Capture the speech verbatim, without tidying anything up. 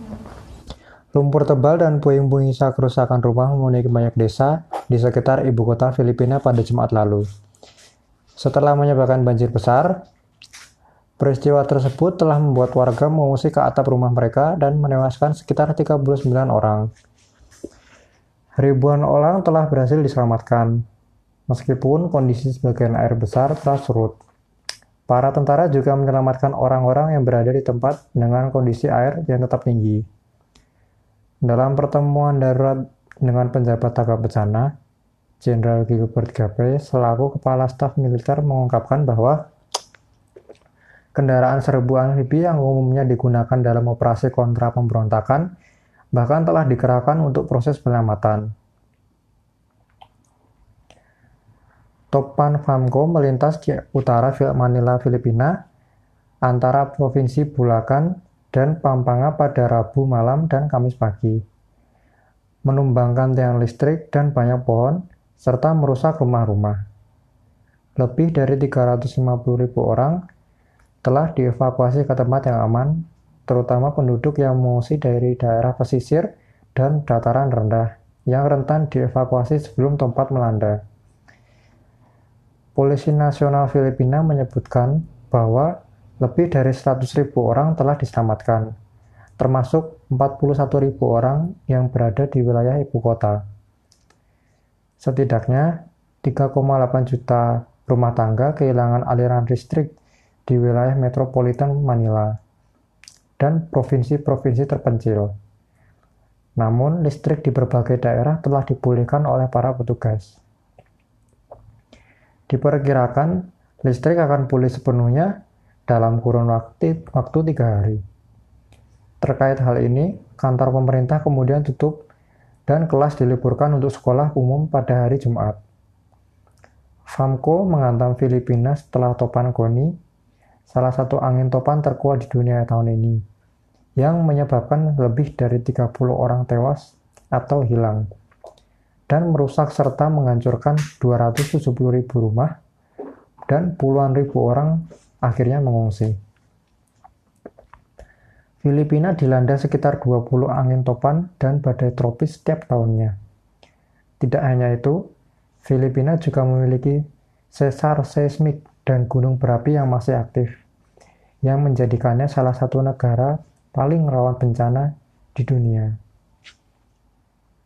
Lumpur tebal dan puing-puing sisa kerusakan rumah memenuhi banyak desa di sekitar ibu kota Filipina pada Jumat lalu. Setelah menyebabkan banjir besar, peristiwa tersebut telah membuat warga mengungsi ke atap rumah mereka dan menewaskan sekitar tiga puluh sembilan orang. Ribuan orang telah berhasil diselamatkan, meskipun kondisi sebagian air besar telah surut. Para tentara juga menyelamatkan orang-orang yang berada di tempat dengan kondisi air yang tetap tinggi. Dalam pertemuan darurat dengan penjabat tanggap bencana, Jenderal Gilbert Gape selaku Kepala Staf Militer mengungkapkan bahwa kendaraan serbu amfibi yang umumnya digunakan dalam operasi kontra pemberontakan bahkan telah dikerahkan untuk proses penyelamatan. Topan Famco melintas di utara Manila, Filipina, antara Provinsi Bulacan dan Pampanga pada Rabu malam dan Kamis pagi, menumbangkan tiang listrik dan banyak pohon, serta merusak rumah-rumah. Lebih dari tiga ratus lima puluh ribu orang telah dievakuasi ke tempat yang aman, terutama penduduk yang mengungsi dari daerah pesisir dan dataran rendah, yang rentan dievakuasi sebelum tempat melanda. Polisi Nasional Filipina menyebutkan bahwa lebih dari seratus ribu orang telah diselamatkan, termasuk empat puluh satu ribu orang yang berada di wilayah ibu kota. Setidaknya tiga koma delapan juta rumah tangga kehilangan aliran listrik di wilayah metropolitan Manila dan provinsi-provinsi terpencil. Namun, listrik di berbagai daerah telah dipulihkan oleh para petugas. Diperkirakan, listrik akan pulih sepenuhnya dalam kurun waktu, waktu tiga hari. Terkait hal ini, kantor pemerintah kemudian tutup dan kelas diliburkan untuk sekolah umum pada hari Jumat. Famco menghantam Filipina setelah topan Goni, salah satu angin topan terkuat di dunia tahun ini, yang menyebabkan lebih dari tiga puluh orang tewas atau hilang, dan merusak serta menghancurkan dua ratus tujuh puluh ribu rumah, dan puluhan ribu orang akhirnya mengungsi. Filipina dilanda sekitar dua puluh angin topan dan badai tropis setiap tahunnya. Tidak hanya itu, Filipina juga memiliki sesar seismik dan gunung berapi yang masih aktif, yang menjadikannya salah satu negara paling rawan bencana di dunia.